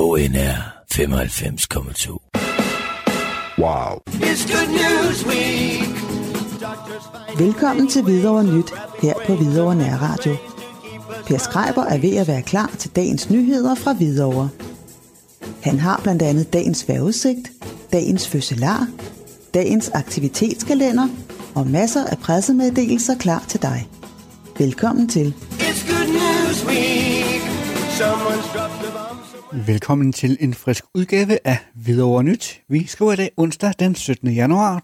HNR 95,2. Wow. Velkommen til Hvidovre Nyt her på Hvidovre Nærradio. Per Schreiber er ved at være klar til dagens nyheder fra Hvidovre. Han har blandt andet dagens vejrudsigt, dagens fødselar, dagens aktivitetskalender og masser af pressemeddelelser klar til dig. Velkommen til. Velkommen til en frisk udgave af Hvidovre Nyt. Vi skriver i dag onsdag den 17. januar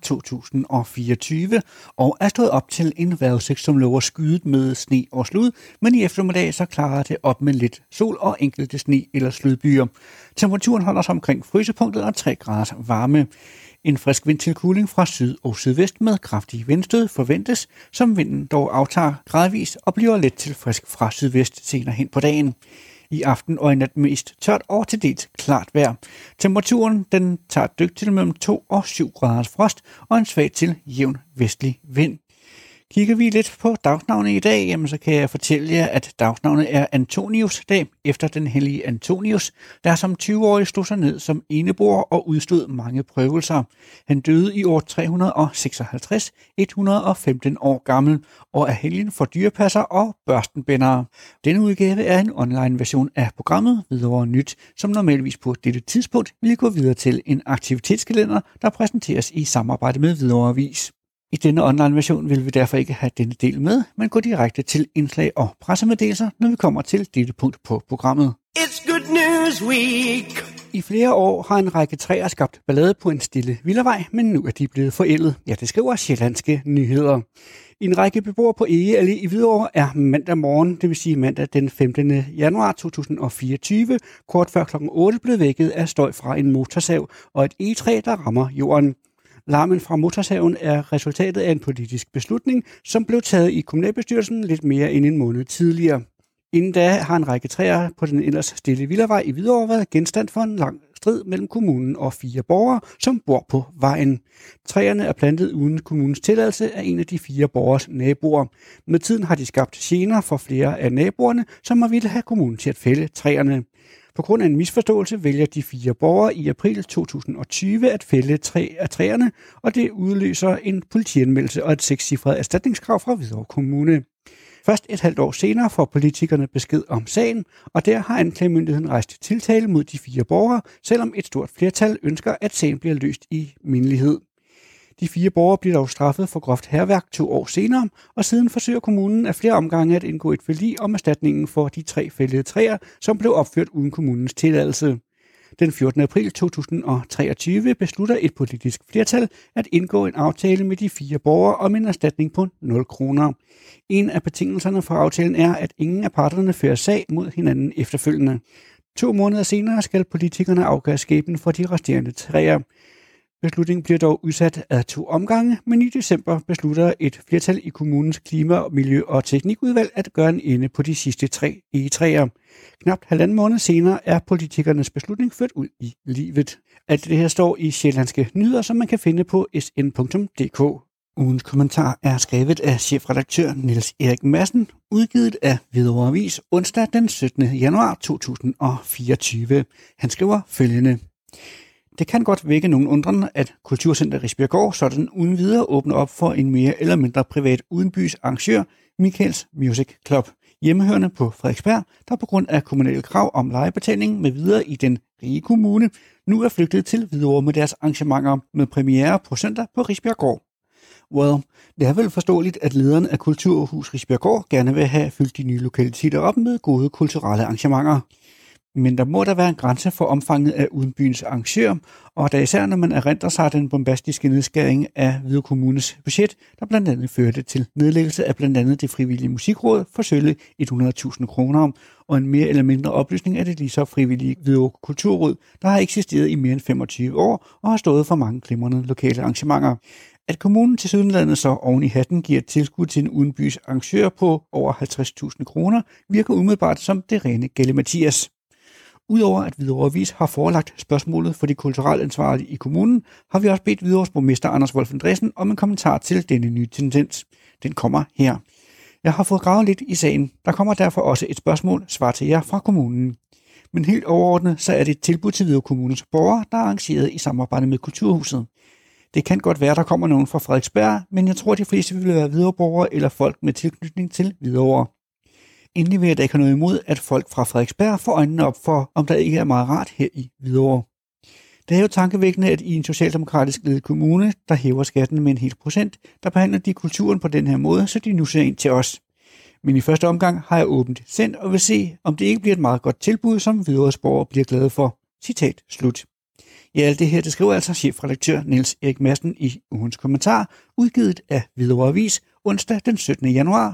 2024 og er stået op til en vejrudsigt, som lover skyet med sne og slud, men i eftermiddag så klarer det op med lidt sol og enkelte sne- eller sludbyer. Temperaturen holder sig omkring frysepunktet og 3 graders varme. En frisk vindtilkuling fra syd og sydvest med kraftige vindstød forventes, som vinden dog aftager gradvist og bliver let til frisk fra sydvest senere hen på dagen. I aften og i nat mest tørt og til dels klart vejr. Temperaturen den tager dyk til mellem 2 og 7 graders frost og en svag til jævn vestlig vind. Kigger vi lidt på dagsnavnet i dag, jamen så kan jeg fortælle jer, at dagsnavnet er Antonius dag efter den hellige Antonius, der som 20-årig stod sig ned som eneboer og udstod mange prøvelser. Han døde i år 356, 115 år gammel, og er helgen for dyrepasser og børstenbændere. Denne udgave er en online version af programmet Hvidovre Nyt, som normalvis på dette tidspunkt vil gå videre til en aktivitetskalender, der præsenteres i samarbejde med Hvidovre Avis. I denne online-version vil vi derfor ikke have denne del med, men gå direkte til indslag og pressemeddelelser, når vi kommer til dette punkt på programmet. It's Good News Week. I flere år har en række træer skabt ballade på en stille villavej, men nu er de blevet forældet. Ja, det skriver Sjællandske Nyheder. En række beboere på Ege Allé i Hvidovre er mandag morgen, det vil sige mandag den 15. januar 2024, kort før kl. 8 blevet vækket af støj fra en motorsav og et egetræ, der rammer jorden. Larmen fra motorsaven er resultatet af en politisk beslutning, som blev taget i kommunalbestyrelsen lidt mere end en måned tidligere. Inden da har en række træer på den ellers stille villavej i Hvidovre været genstand for en lang strid mellem kommunen og 4 borgere, som bor på vejen. Træerne er plantet uden kommunens tilladelse af en af de 4 borgers naboer. Med tiden har de skabt gener for flere af naboerne, som har ville have kommunen til at fælde træerne. På grund af en misforståelse vælger de 4 borgere i april 2020 at fælde 3 af træerne, og det udløser en politianmeldelse og et 6-cifret erstatningskrav fra Hvidovre Kommune. Først et halvt år senere får politikerne besked om sagen, og der har anklagemyndigheden rejst tiltale mod de 4 borgere, selvom et stort flertal ønsker, at sagen bliver løst i mindelighed. De 4 borgere bliver dog straffet for groft hærværk 2 år senere, og siden forsøger kommunen af flere omgange at indgå et forlig om erstatningen for de 3 fældede træer, som blev opført uden kommunens tilladelse. Den 14. april 2023 beslutter et politisk flertal at indgå en aftale med de 4 borgere om en erstatning på 0 kroner. En af betingelserne for aftalen er, at ingen af parterne fører sag mod hinanden efterfølgende. 2 måneder senere skal politikerne afgøre skæbnen for de resterende træer. Beslutningen bliver dog udsat af 2 omgange, men i december beslutter et flertal i kommunens klima-, miljø- og teknikudvalg at gøre en ende på de sidste 3 egetræer. Knap 1,5 måned senere er politikernes beslutning ført ud i livet. Alt det her står i Sjællandske Nyheder, som man kan finde på sn.dk. Ugens kommentar er skrevet af chefredaktør Niels Erik Madsen, udgivet af Hvidovre Avis onsdag den 17. januar 2024. Han skriver følgende: Det kan godt vække nogen undren, at Kulturcenter Risbjerggård sådan uden videre åbner op for en mere eller mindre privat udenbys arrangør, Michaels Music Club, hjemmehørende på Frederiksberg, der på grund af kommunale krav om lejebetaling med videre i den rige kommune, nu er flygtet til Hvidovre med deres arrangementer med premiere på søndag på Risbjerggård. Well, det er vel forståeligt, at lederen af Kulturhus Risbjerggård gerne vil have fyldt de nye lokaliteter op med gode kulturelle arrangementer. Men der må der være en grænse for omfanget af udenbyens arrangør, og da især når man erindrer sig den bombastiske nedskæring af Hvidovre Kommunes budget, der blandt andet førte til nedlæggelse af blandt andet det frivillige musikråd for sølle 100.000 kroner, og en mere eller mindre opløsning af det lige så frivillige Hvidovre Kulturråd, der har eksisteret i mere end 25 år og har stået for mange glimrende lokale arrangementer. At kommunen til sydenlandet så oven i hatten giver et tilskud til en udenbys arrangør på over 50.000 kroner, virker umiddelbart som det rene galimatias. Udover at Hvidovre Avis har forelagt spørgsmålet for de kulturelle ansvarlige i kommunen, har vi også bedt Hvidovres borgmester Anders Wolf Andresen om en kommentar til denne nye tendens. Den kommer her. Jeg har fået gravet lidt i sagen. Der kommer derfor også et spørgsmål svar til jer fra kommunen. Men helt overordnet, så er det et tilbud til Hvidovre Kommunes borgere, der er arrangeret i samarbejde med Kulturhuset. Det kan godt være, der kommer nogen fra Frederiksberg, men jeg tror, de fleste vil være Hvidovre-borgere eller folk med tilknytning til Hvidovre. Endelig vil jeg da ikke have noget imod, at folk fra Frederiksberg får øjnene op for, om der ikke er meget rart her i Hvidovre. Det er jo tankevækkende, at i en socialdemokratisk ledet kommune, der hæver skatten med 1%, der behandler de kulturen på den her måde, så de nu ser ind til os. Men i første omgang har jeg åbent sendt og vil se, om det ikke bliver et meget godt tilbud, som Hvidovres borgere bliver glade for. Citat slut. Ja, alt det her, det skriver altså chefredaktør Niels Erik Madsen i ugens kommentar, udgivet af Hvidovre Avis onsdag den 17. januar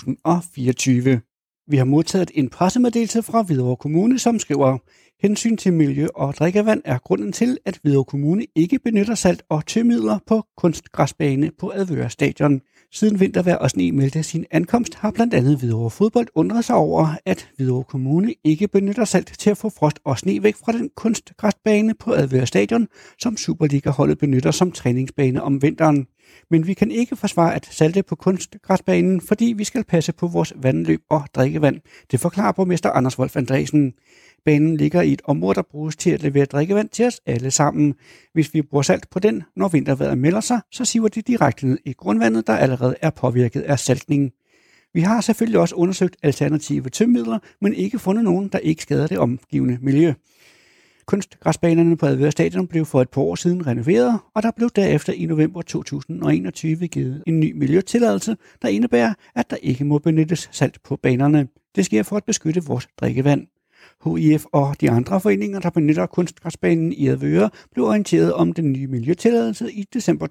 2024. Vi har modtaget en pressemeddelelse fra Hvidovre Kommune, som skriver: hensyn til miljø og drikkevand er grunden til, at Hvidovre Kommune ikke benytter salt- og tømidler på kunstgræsbane på Avedøre Stadion. Siden vintervejr og sne meldte sin ankomst, har blandt andet Hvidovre Fodbold undret sig over, at Hvidovre Kommune ikke benytter salt til at få frost og sne væk fra den kunstgræsbane på Avedøre Stadion, som Superliga-holdet benytter som træningsbane om vinteren. Men vi kan ikke forsvare at salte på kunstgræsbanen, fordi vi skal passe på vores vandløb og drikkevand. Det forklarer borgmester Anders Wolf Andresen. Banen ligger i et område, der bruges til at levere drikkevand til os alle sammen. Hvis vi bruger salt på den, når vintervejret melder sig, så siver det direkte ned i grundvandet, der allerede er påvirket af saltningen. Vi har selvfølgelig også undersøgt alternative tømmidler, men ikke fundet nogen, der ikke skader det omgivende miljø. Kunstgræsbanerne på Avedøre Stadion blev for et par år siden renoveret, og der blev derefter i november 2021 givet en ny miljøtilladelse, der indebærer, at der ikke må benyttes salt på banerne. Det sker for at beskytte vores drikkevand. HIF og de andre foreninger, der benytter kunstgræsbanen i Avedøre, blev orienteret om den nye miljøtilladelse i december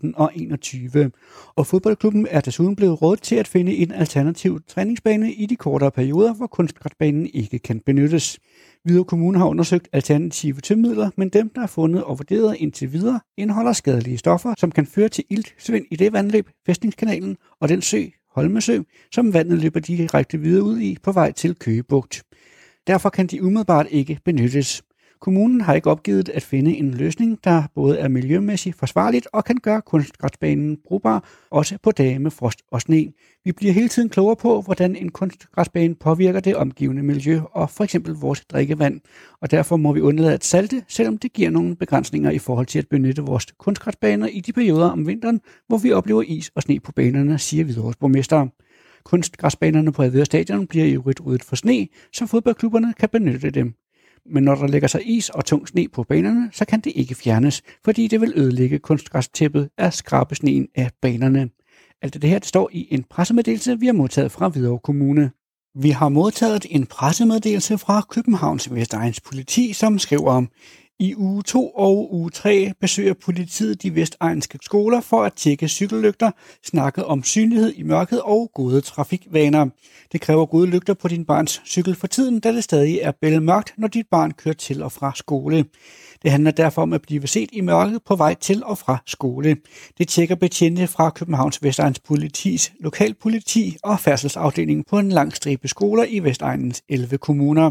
2021. Og fodboldklubben er desuden blevet rådet til at finde en alternativ træningsbane i de kortere perioder, hvor kunstgræsbanen ikke kan benyttes. Hvidovre Kommune har undersøgt alternative tømmidler, men dem, der er fundet og vurderet indtil videre, indeholder skadelige stoffer, som kan føre til iltsvind i det vandløb, Fæstningskanalen og den sø, Holmesø, som vandet løber direkte videre ud i på vej til Køge Bugt. Derfor kan de umiddelbart ikke benyttes. Kommunen har ikke opgivet at finde en løsning, der både er miljømæssigt forsvarligt og kan gøre kunstgræsbanen brugbar, også på dage med frost og sne. Vi bliver hele tiden klogere på, hvordan en kunstgræsbane påvirker det omgivende miljø og for eksempel vores drikkevand. Og derfor må vi undlade at salte, selvom det giver nogle begrænsninger i forhold til at benytte vores kunstgræsbaner i de perioder om vinteren, hvor vi oplever is og sne på banerne, siger Hvidovres borgmester. Kunstgræsbanerne på Avedøre Stadion bliver i øvrigt ryddet for sne, så fodboldklubberne kan benytte dem. Men når der lægger sig is og tung sne på banerne, så kan det ikke fjernes, fordi det vil ødelægge kunstgræstæppet af skrabesneen af banerne. Alt det her det står i en pressemeddelelse, vi har modtaget fra Hvidovre Kommune. Vi har modtaget en pressemeddelelse fra Københavns Vestegns Politi, som skriver om: i uge 2 og uge 3 besøger politiet de vestegnske skoler for at tjekke cykellygter, snakke om synlighed i mørket og gode trafikvaner. Det kræver gode lygter på din barns cykel for tiden, da det stadig er bælmørkt, når dit barn kører til og fra skole. Det handler derfor om at blive set i mørket på vej til og fra skole. Det tjekker betjente fra Københavns Vestegns Politis lokalpoliti og færdselsafdelingen på en lang stribe skoler i Vestegnens 11 kommuner.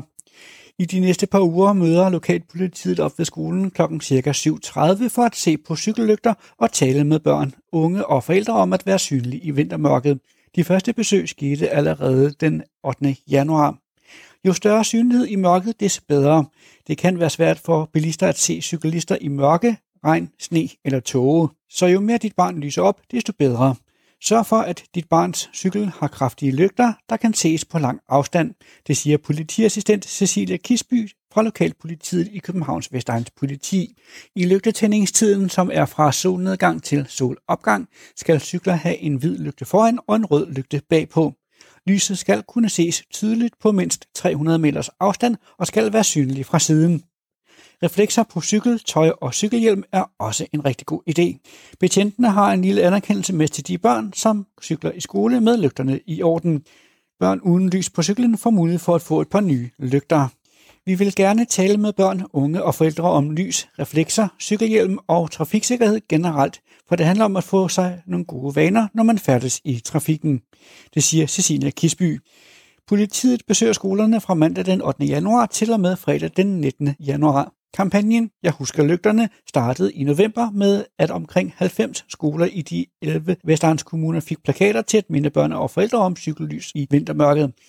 I de næste par uger møder lokalpolitiet op ved skolen kl. ca. 7:30 for at se på cykellygter og tale med børn, unge og forældre om at være synlige i vintermørket. De første besøg skete allerede den 8. januar. Jo større synlighed i mørket, des bedre. Det kan være svært for bilister at se cyklister i mørke, regn, sne eller tåge. Så jo mere dit barn lyser op, desto bedre. Sørg for, at dit barns cykel har kraftige lygter, der kan ses på lang afstand. Det siger politiassistent Cecilia Kisby fra lokalpolitiet i Københavns Vestegns Politi. I lygtetændingstiden, som er fra solnedgang til solopgang, skal cykler have en hvid lygte foran og en rød lygte bagpå. Lyset skal kunne ses tydeligt på mindst 300 meters afstand og skal være synlig fra siden. Reflekser på cykel, tøj og cykelhjelm er også en rigtig god idé. Betjentene har en lille anerkendelse med til de børn, som cykler i skole med lygterne i orden. Børn uden lys på cyklen får mulighed for at få et par nye lygter. Vi vil gerne tale med børn, unge og forældre om lys, reflekser, cykelhjelm og trafiksikkerhed generelt, for det handler om at få sig nogle gode vaner, når man færdes i trafikken. Det siger Cecilia Kisby. Politiet besøger skolerne fra mandag den 8. januar til og med fredag den 19. januar. Kampagnen Jeg husker lygterne startede i november med, at omkring 90 skoler i de 11 vestegnskommuner fik plakater til at minde børn og forældre om cykellys i vintermørket.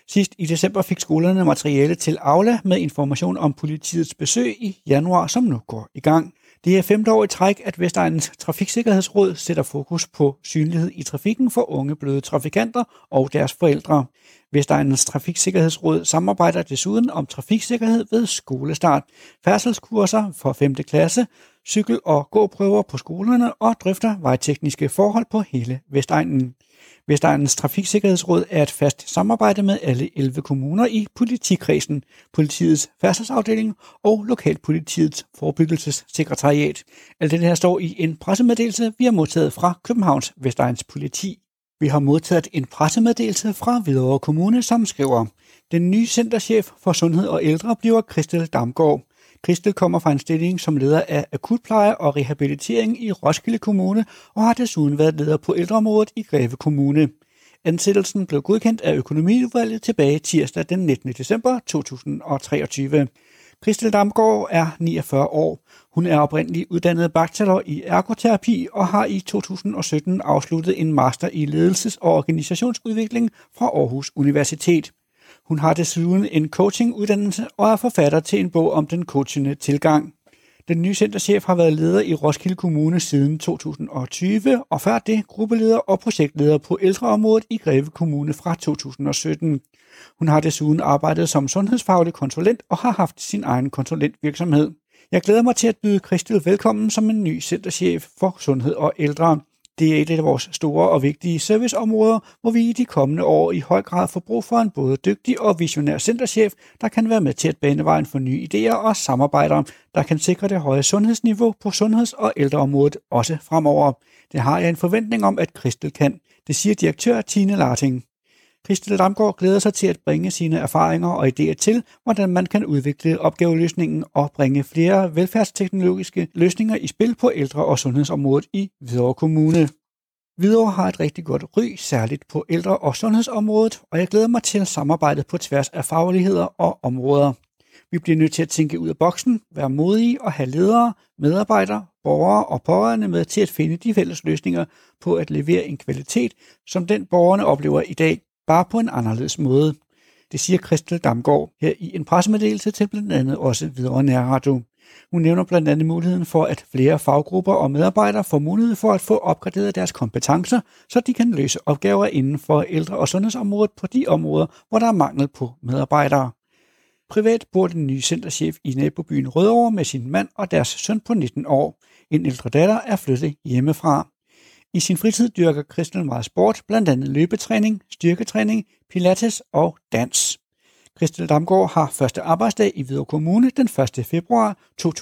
Sidst i december fik skolerne materiale til Aula med information om politiets besøg i januar, som nu går i gang. Det er 5. år i træk, at Vestegnens Trafiksikkerhedsråd sætter fokus på synlighed i trafikken for unge bløde trafikanter og deres forældre. Vestegnens Trafiksikkerhedsråd samarbejder desuden om trafiksikkerhed ved skolestart, færdselskurser for 5. klasse, cykel- og gåprøver på skolerne og drøfter vejtekniske forhold på hele Vestegnen. Vestegnens Trafiksikkerhedsråd er et fast samarbejde med alle 11 kommuner i politikredsen, politiets færdselsafdeling og lokalpolitiets forebyggelsessekretariat. Alt det her står i en pressemeddelelse, vi har modtaget fra Københavns Vestegns politi. Vi har modtaget en pressemeddelelse fra Hvidovre Kommune, som skriver: Den nye centerchef for sundhed og ældre bliver Christel Damgaard. Christel kommer fra en stilling som leder af akutpleje og rehabilitering i Roskilde Kommune og har desuden været leder på ældreområdet i Greve Kommune. Ansættelsen blev godkendt af økonomiudvalget tilbage tirsdag den 19. december 2023. Christel Damgaard er 49 år. Hun er oprindeligt uddannet bachelor i ergoterapi og har i 2017 afsluttet en master i ledelses- og organisationsudvikling fra Aarhus Universitet. Hun har desuden en coachinguddannelse og er forfatter til en bog om den coachende tilgang. Den nye centerchef har været leder i Roskilde Kommune siden 2020, og før det gruppeleder og projektleder på ældreområdet i Greve Kommune fra 2017. Hun har desuden arbejdet som sundhedsfaglig konsulent og har haft sin egen konsulentvirksomhed. Jeg glæder mig til at byde Christel velkommen som en ny centerchef for sundhed og ældre. Det er et af vores store og vigtige serviceområder, hvor vi i de kommende år i høj grad får brug for en både dygtig og visionær centerchef, der kan være med til at bane vejen for nye idéer og samarbejder, der kan sikre det høje sundhedsniveau på sundheds- og ældreområdet også fremover. Det har jeg en forventning om, at Christel kan. Det siger direktør Tine Larting. Christel Damgaard glæder sig til at bringe sine erfaringer og idéer til, hvordan man kan udvikle opgaveløsningen og bringe flere velfærdsteknologiske løsninger i spil på ældre- og sundhedsområdet i Hvidovre Kommune. Hvidovre har et rigtig godt ry, særligt på ældre- og sundhedsområdet, og jeg glæder mig til samarbejdet på tværs af fagligheder og områder. Vi bliver nødt til at tænke ud af boksen, være modige og have ledere, medarbejdere, borgere og pårørende med til at finde de fælles løsninger på at levere en kvalitet, som den borgerne oplever i dag, bare på en anderledes måde. Det siger Christel Damgaard her i en pressemeddelelse til blandt andet også Hvidovre Nærradio. Hun nævner blandt andet muligheden for, at flere faggrupper og medarbejdere får mulighed for at få opgraderet deres kompetencer, så de kan løse opgaver inden for ældre- og sundhedsområdet på de områder, hvor der er mangel på medarbejdere. Privat bor den nye centerchef i nabobyen Rødovre med sin mand og deres søn på 19 år. En ældre datter er flyttet hjemmefra. I sin fritid dyrker Christel meget sport, blandt andet løbetræning, styrketræning, pilates og dans. Christel Damgaard har første arbejdsdag i Hvidovre Kommune den 1. februar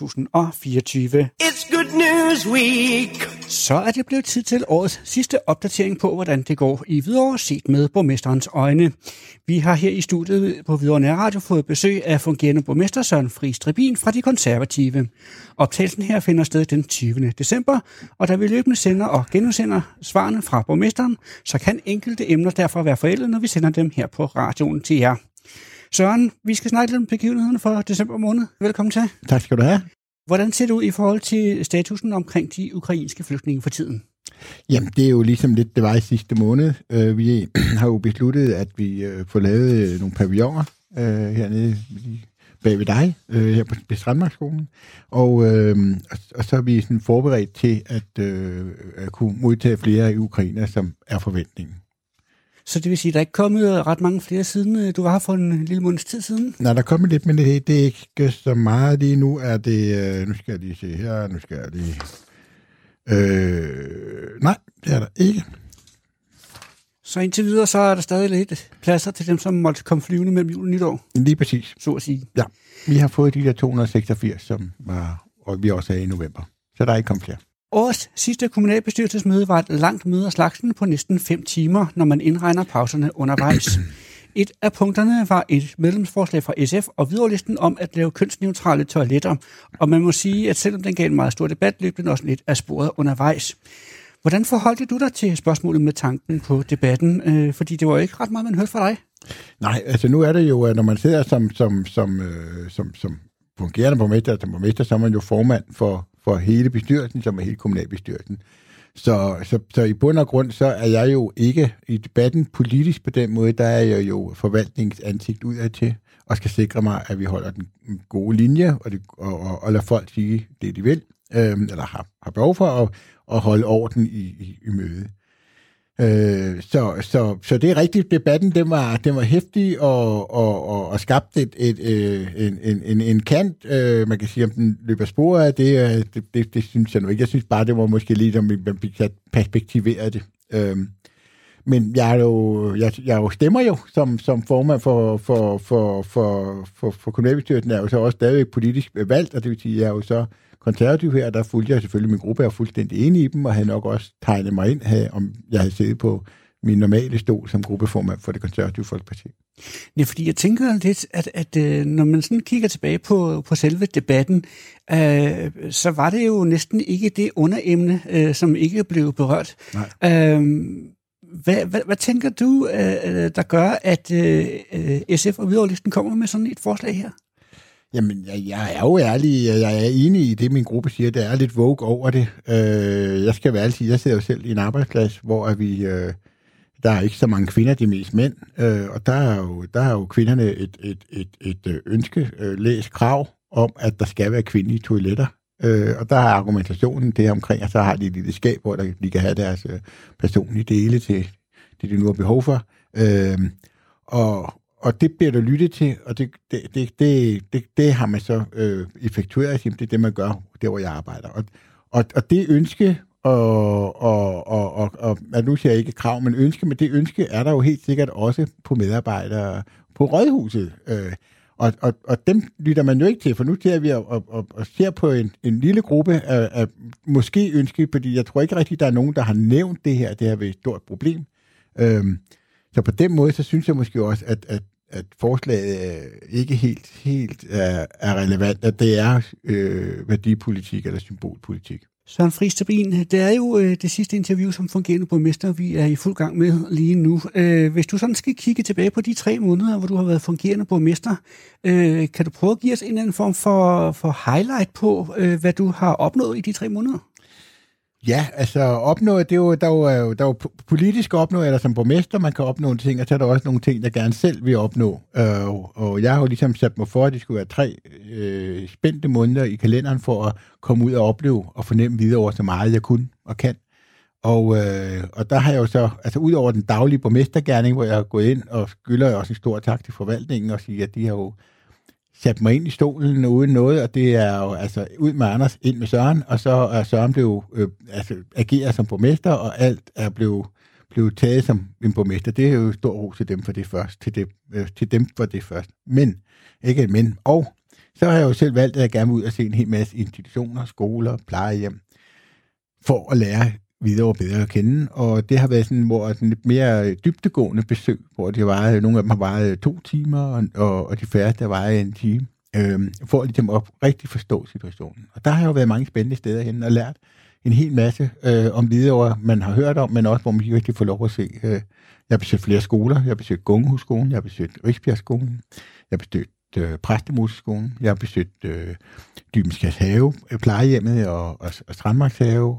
2024. It's Good News Week. Så er det blevet tid til årets sidste opdatering på, hvordan det går i Hvidovre set med borgmesterens øjne. Vi har her i studiet på Hvidovre Nærradio fået besøg af fungerende borgmester Søren Friis Trebin fra De Konservative. Optagelsen her finder sted den 20. december, og da vi løbende sender og genudsender svarene fra borgmesteren, så kan enkelte emner derfor være forældet, når vi sender dem her på radioen til jer. Søren, vi skal snakke lidt om begivenhederne for december måned. Velkommen til. Tak skal du have. Hvordan ser det ud i forhold til statusen omkring de ukrainske flygtninge for tiden? Jamen, det er jo ligesom lidt, det var i sidste måned. Vi har jo besluttet, at vi får lavet nogle pavilloner hernede bag ved dig, her på Strandmarkskolen. Og så er vi sådan forberedt til at kunne modtage flere i Ukraine, som er forventningen. Så det vil sige, at der er ikke kommet ret mange flere siden du var her for en lille måneds tid siden? Nej, der er kommet lidt, men det er ikke så meget lige nu. Er det, nu skal jeg lige se her, nej, det er der ikke. Så indtil videre, så er der stadig lidt pladser til dem, som måtte komme flyvende mellem jul og nytår? Lige præcis. Så at sige. Ja, vi har fået de der 286, og vi også er i november. Så der er ikke kommet flere. Årets sidste kommunalbestyrelsesmøde var et langt møde af slagsen på næsten 5 timer, når man indregner pauserne undervejs. Et af punkterne var et medlemsforslag fra SF og Hvidovre-listen om at lave kønsneutrale toiletter. Og man må sige, at selvom den gav en meget stor debat, løb den også lidt af sporet undervejs. Hvordan forholdte du dig til spørgsmålet med tanken på debatten? Fordi det var jo ikke ret meget, man hørte fra dig. Nej, altså nu er det jo, når man sidder som fungerende borgmester, så er man jo formand for hele bestyrelsen, som er hele kommunalbestyrelsen. Så i bund og grund, så er jeg jo ikke i debatten politisk på den måde, der er jeg jo forvaltningsansigt udad til, og skal sikre mig, at vi holder den gode linje, og lader folk sige det, de vil, eller har behov for at holde orden i møde. Så det er rigtigt. Debatten, den var heftig og skabte en kant. Man kan sige, om den løber sporet af det synes jeg nu ikke. Jeg synes bare, det var måske lidt, om man perspektiveret det. Men jeg stemmer jo som formand for kommunalbestyrelsen, er jo så også stadig politisk valgt, og det vil sige, jeg er jo så konservativ her, der fulgte jeg selvfølgelig min gruppe, jeg er fuldstændig enig i dem, og havde nok også tegnet mig ind, om jeg havde siddet på min normale stol som gruppeformand for det konservative Folkeparti. Ja, fordi jeg tænker lidt, at når man sådan kigger tilbage på selve debatten, så var det jo næsten ikke det underemne, som ikke blev berørt. Hvad tænker du, der gør, at SF og Hvidovre-listen kommer med sådan et forslag her? Jamen, jeg er jo ærlig. Jeg er enig i det, min gruppe siger. Der er lidt vogue over det. Jeg skal være ærlig. Jeg sidder jo selv i en arbejdsplads, hvor der er ikke så mange kvinder, de er mest mænd. Og der er jo kvinderne et ønske, krav om, at der skal være kvindelige toiletter. Og der er argumentationen det omkring, at så har de et lille skab, hvor de kan have deres personlige dele til det, de nu har behov for. Og det bliver der lyttet til, og det har man så effektueret. Det er det, man gør, der hvor jeg arbejder. Og det ønske, og nu siger jeg ikke krav, men ønske, men det ønske er der jo helt sikkert også på medarbejdere på rådhuset. Og dem lytter man jo ikke til, for nu ser vi og ser på en lille gruppe af måske ønske, fordi jeg tror ikke rigtigt, der er nogen, der har nævnt det her været et stort problem. Så på den måde, så synes jeg måske også, at forslaget ikke helt er relevant, at det er værdipolitik eller symbolpolitik. Søren Friis Tabin, det er jo det sidste interview som fungerende borgmester, vi er i fuld gang med lige nu. Hvis du sådan skal kigge tilbage på de 3 måneder, hvor du har været fungerende borgmester, kan du prøve at give os en eller anden form for highlight på, hvad du har opnået i de 3 måneder? Ja, altså opnået, det er jo, der er jo politisk opnået, eller som borgmester, man kan opnå ting, og så er der også nogle ting, der gerne selv vil opnå. Og jeg har jo ligesom sat mig for, at det skulle være 3 spændte måneder i kalenderen for at komme ud og opleve og fornemme videre så meget, jeg kunne og kan. Og der har jeg jo så, altså ud over den daglige borgmestergerning, hvor jeg har gået ind og skylder jeg også en stor tak til forvaltningen og sige, at de har jo sat mig ind i stolen uden noget, og det er jo altså ud med Anders, ind med Søren, og så er Søren blevet ageret som borgmester, og alt er blevet taget som en borgmester. Det er jo stor ros til dem for det først, til dem for det først. Men, ikke et men. Og så har jeg jo selv valgt, at jeg gerne vil ud og se en hel masse institutioner, skoler, plejehjem, for at lære videre og bedre at kende, og det har været sådan lidt mere dybdegående besøg, hvor nogle af dem har varet 2 timer, og de færreste har varet 1 time, for at ligesom at rigtig forstå situationen. Og der har jo været mange spændende steder henne og lært en hel masse om Hvidovre, man har hørt om, men også hvor man ikke rigtig får lov at se. Jeg har besøgt flere skoler, jeg har besøgt Gungehusskolen, jeg har besøgt Rigsbjergskolen, jeg har besøgt Præstemoseskolen, jeg har besøgt Dybenskærs Have, plejehjemmet og Strandmarkshave,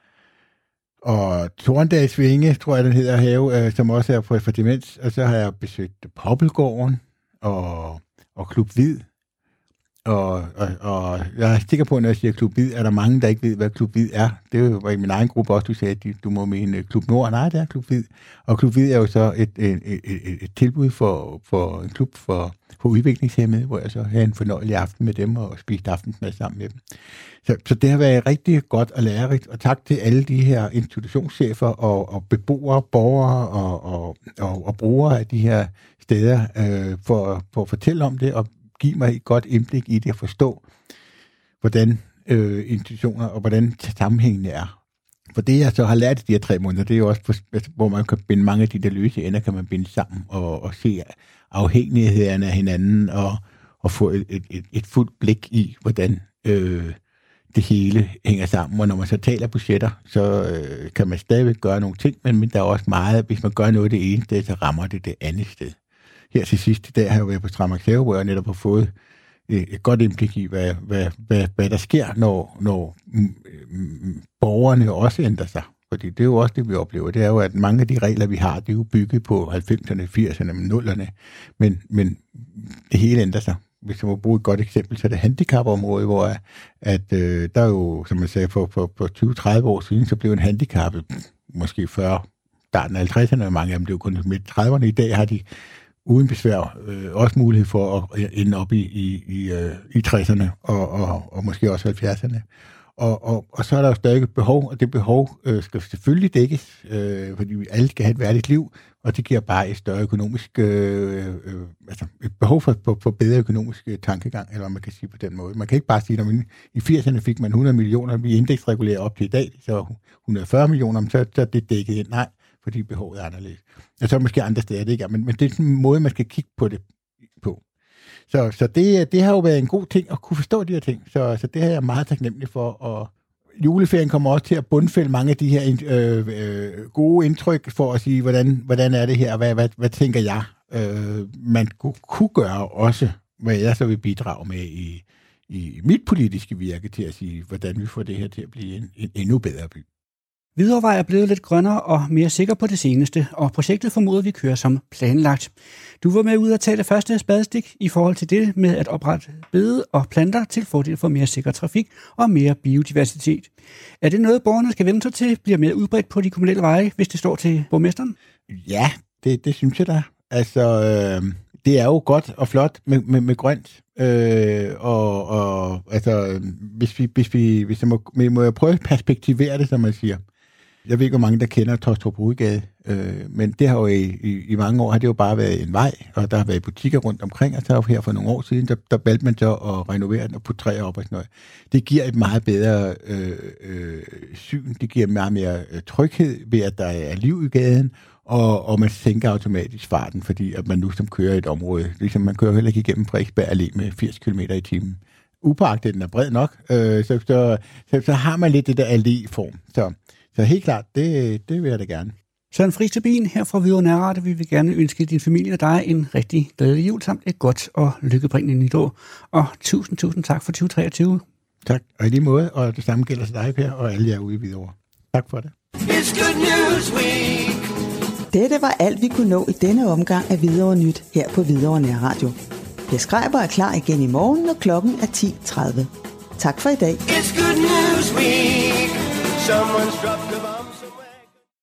og Torndalsvinge, tror jeg, den hedder have, som også er for demens. Og så har jeg besøgt Poppelgården og Klub Hvid. Og jeg er sikker på, at når jeg siger Klub Hvid, er der mange, der ikke ved, hvad Klub Hvid er. Det var i min egen gruppe også, du sagde, at du må mene Klub Nord. Nej, det er Klub Hvid. Og Klub Hvid er jo så et tilbud for en klub for udviklingshæmmede, hvor jeg så havde en fornøjelig aften med dem og spiste aftensmad sammen med dem. Så det har været rigtig godt og lærerigt, og tak til alle de her institutionschefer og beboere, borgere og brugere af de her steder for at fortælle om det og give mig et godt indblik i det og forstå, hvordan institutioner og hvordan sammenhængene er. For det, jeg så har lært i de her 3 måneder, det er jo også, hvor man kan binde mange af de der løse ender, kan man binde sammen og se afhængighederne af hinanden og få et fuldt blik i, hvordan det hele hænger sammen. Og når man så taler budgetter, så kan man stadigvæk gøre nogle ting, men der er også meget, hvis man gør noget det ene sted, så rammer det andet sted. Her til sidst i dag har jeg været på Strandmarkshave, hvor jeg netop har fået et godt indblik i, hvad der sker, når borgerne også ændrer sig. Fordi det er jo også det, vi oplever. Det er jo, at mange af de regler, vi har, det er jo bygget på 90'erne, 80'erne, 0'erne. Men det hele ændrer sig. Hvis jeg må bruge et godt eksempel, så er det handicapområdet, hvor at der er jo, som jeg sagde, for 20-30 år siden, så blev en handicappet måske 40, starten af 50'erne, og mange af dem blev kun midt 30'erne. I dag har de uden besvær også mulighed for at ende op i 60'erne og måske også 70'erne. Og så er der jo stadig et behov, og det behov skal selvfølgelig dækkes, fordi vi alle skal have et værdigt liv, og det giver bare et større økonomisk, altså et behov for bedre økonomisk tankegang, eller hvad man kan sige på den måde. Man kan ikke bare sige, at i 80'erne fik man 100 millioner, vi indeksregulerer op til i dag, så 140 millioner, så er det dækket ind. Nej, fordi behovet er anderledes. Og så er måske andre steder, det ikke er, men det er sådan en måde, man skal kigge på det på. Så det har jo været en god ting at kunne forstå de her ting. Så det har jeg meget taknemmelig for. Og juleferien kommer også til at bundfælde mange af de her gode indtryk for at sige, hvordan er det her, og hvad tænker jeg, man kunne gøre også, hvad jeg så vil bidrage med i mit politiske virke til at sige, hvordan vi får det her til at blive en endnu bedre by. Hvidovre er blevet lidt grønnere og mere sikker på det seneste, og projektet formoder vi kører som planlagt. Du var med ud at tage det første spadestik i forhold til det med at oprette bede og planter til fordel for mere sikker trafik og mere biodiversitet. Er det noget, borgerne skal vende sig til, bliver mere udbredt på de kommunale veje, hvis det står til borgmesteren? Ja, det synes jeg da. Altså, det er jo godt og flot med grønt. Altså, hvis jeg må prøve at perspektivere det, som man siger. Jeg ved ikke, hvor mange der kender Taastrup Hovedgade, men det har jo i mange år har det jo bare været en vej, og der har været butikker rundt omkring, og så her for nogle år siden, der valgte man så at renovere den og putte træer op og sådan noget. Det giver et meget bedre syn, det giver meget mere tryghed ved, at der er liv i gaden, og man sænker automatisk farten, fordi at man nu som kører i et område, ligesom man kører heller ikke igennem Frederiksberg Allé med 80 km i timen. Upåagtet, den er bred nok, så har man lidt det der allé-form. Så helt klart, det vil jeg da gerne. Søren Friis Turbin her fra Hvidovre Nærradio. Vi vil gerne ønske din familie og dig en rigtig glædelig jul samt et godt og lykkebringende nytår. Og tusind tak for 2023. Tak, og i lige måde, og det samme gælder til dig, Per, og alle jer ude i Hvidovre. Tak for det. It's Good News Week. Dette var alt, vi kunne nå i denne omgang af Hvidovre Nyt her på Hvidovre Nærradio. Per Schreiber er klar igen i morgen, når klokken er 10:30. Tak for i dag. It's Good News Week. Someone's dropped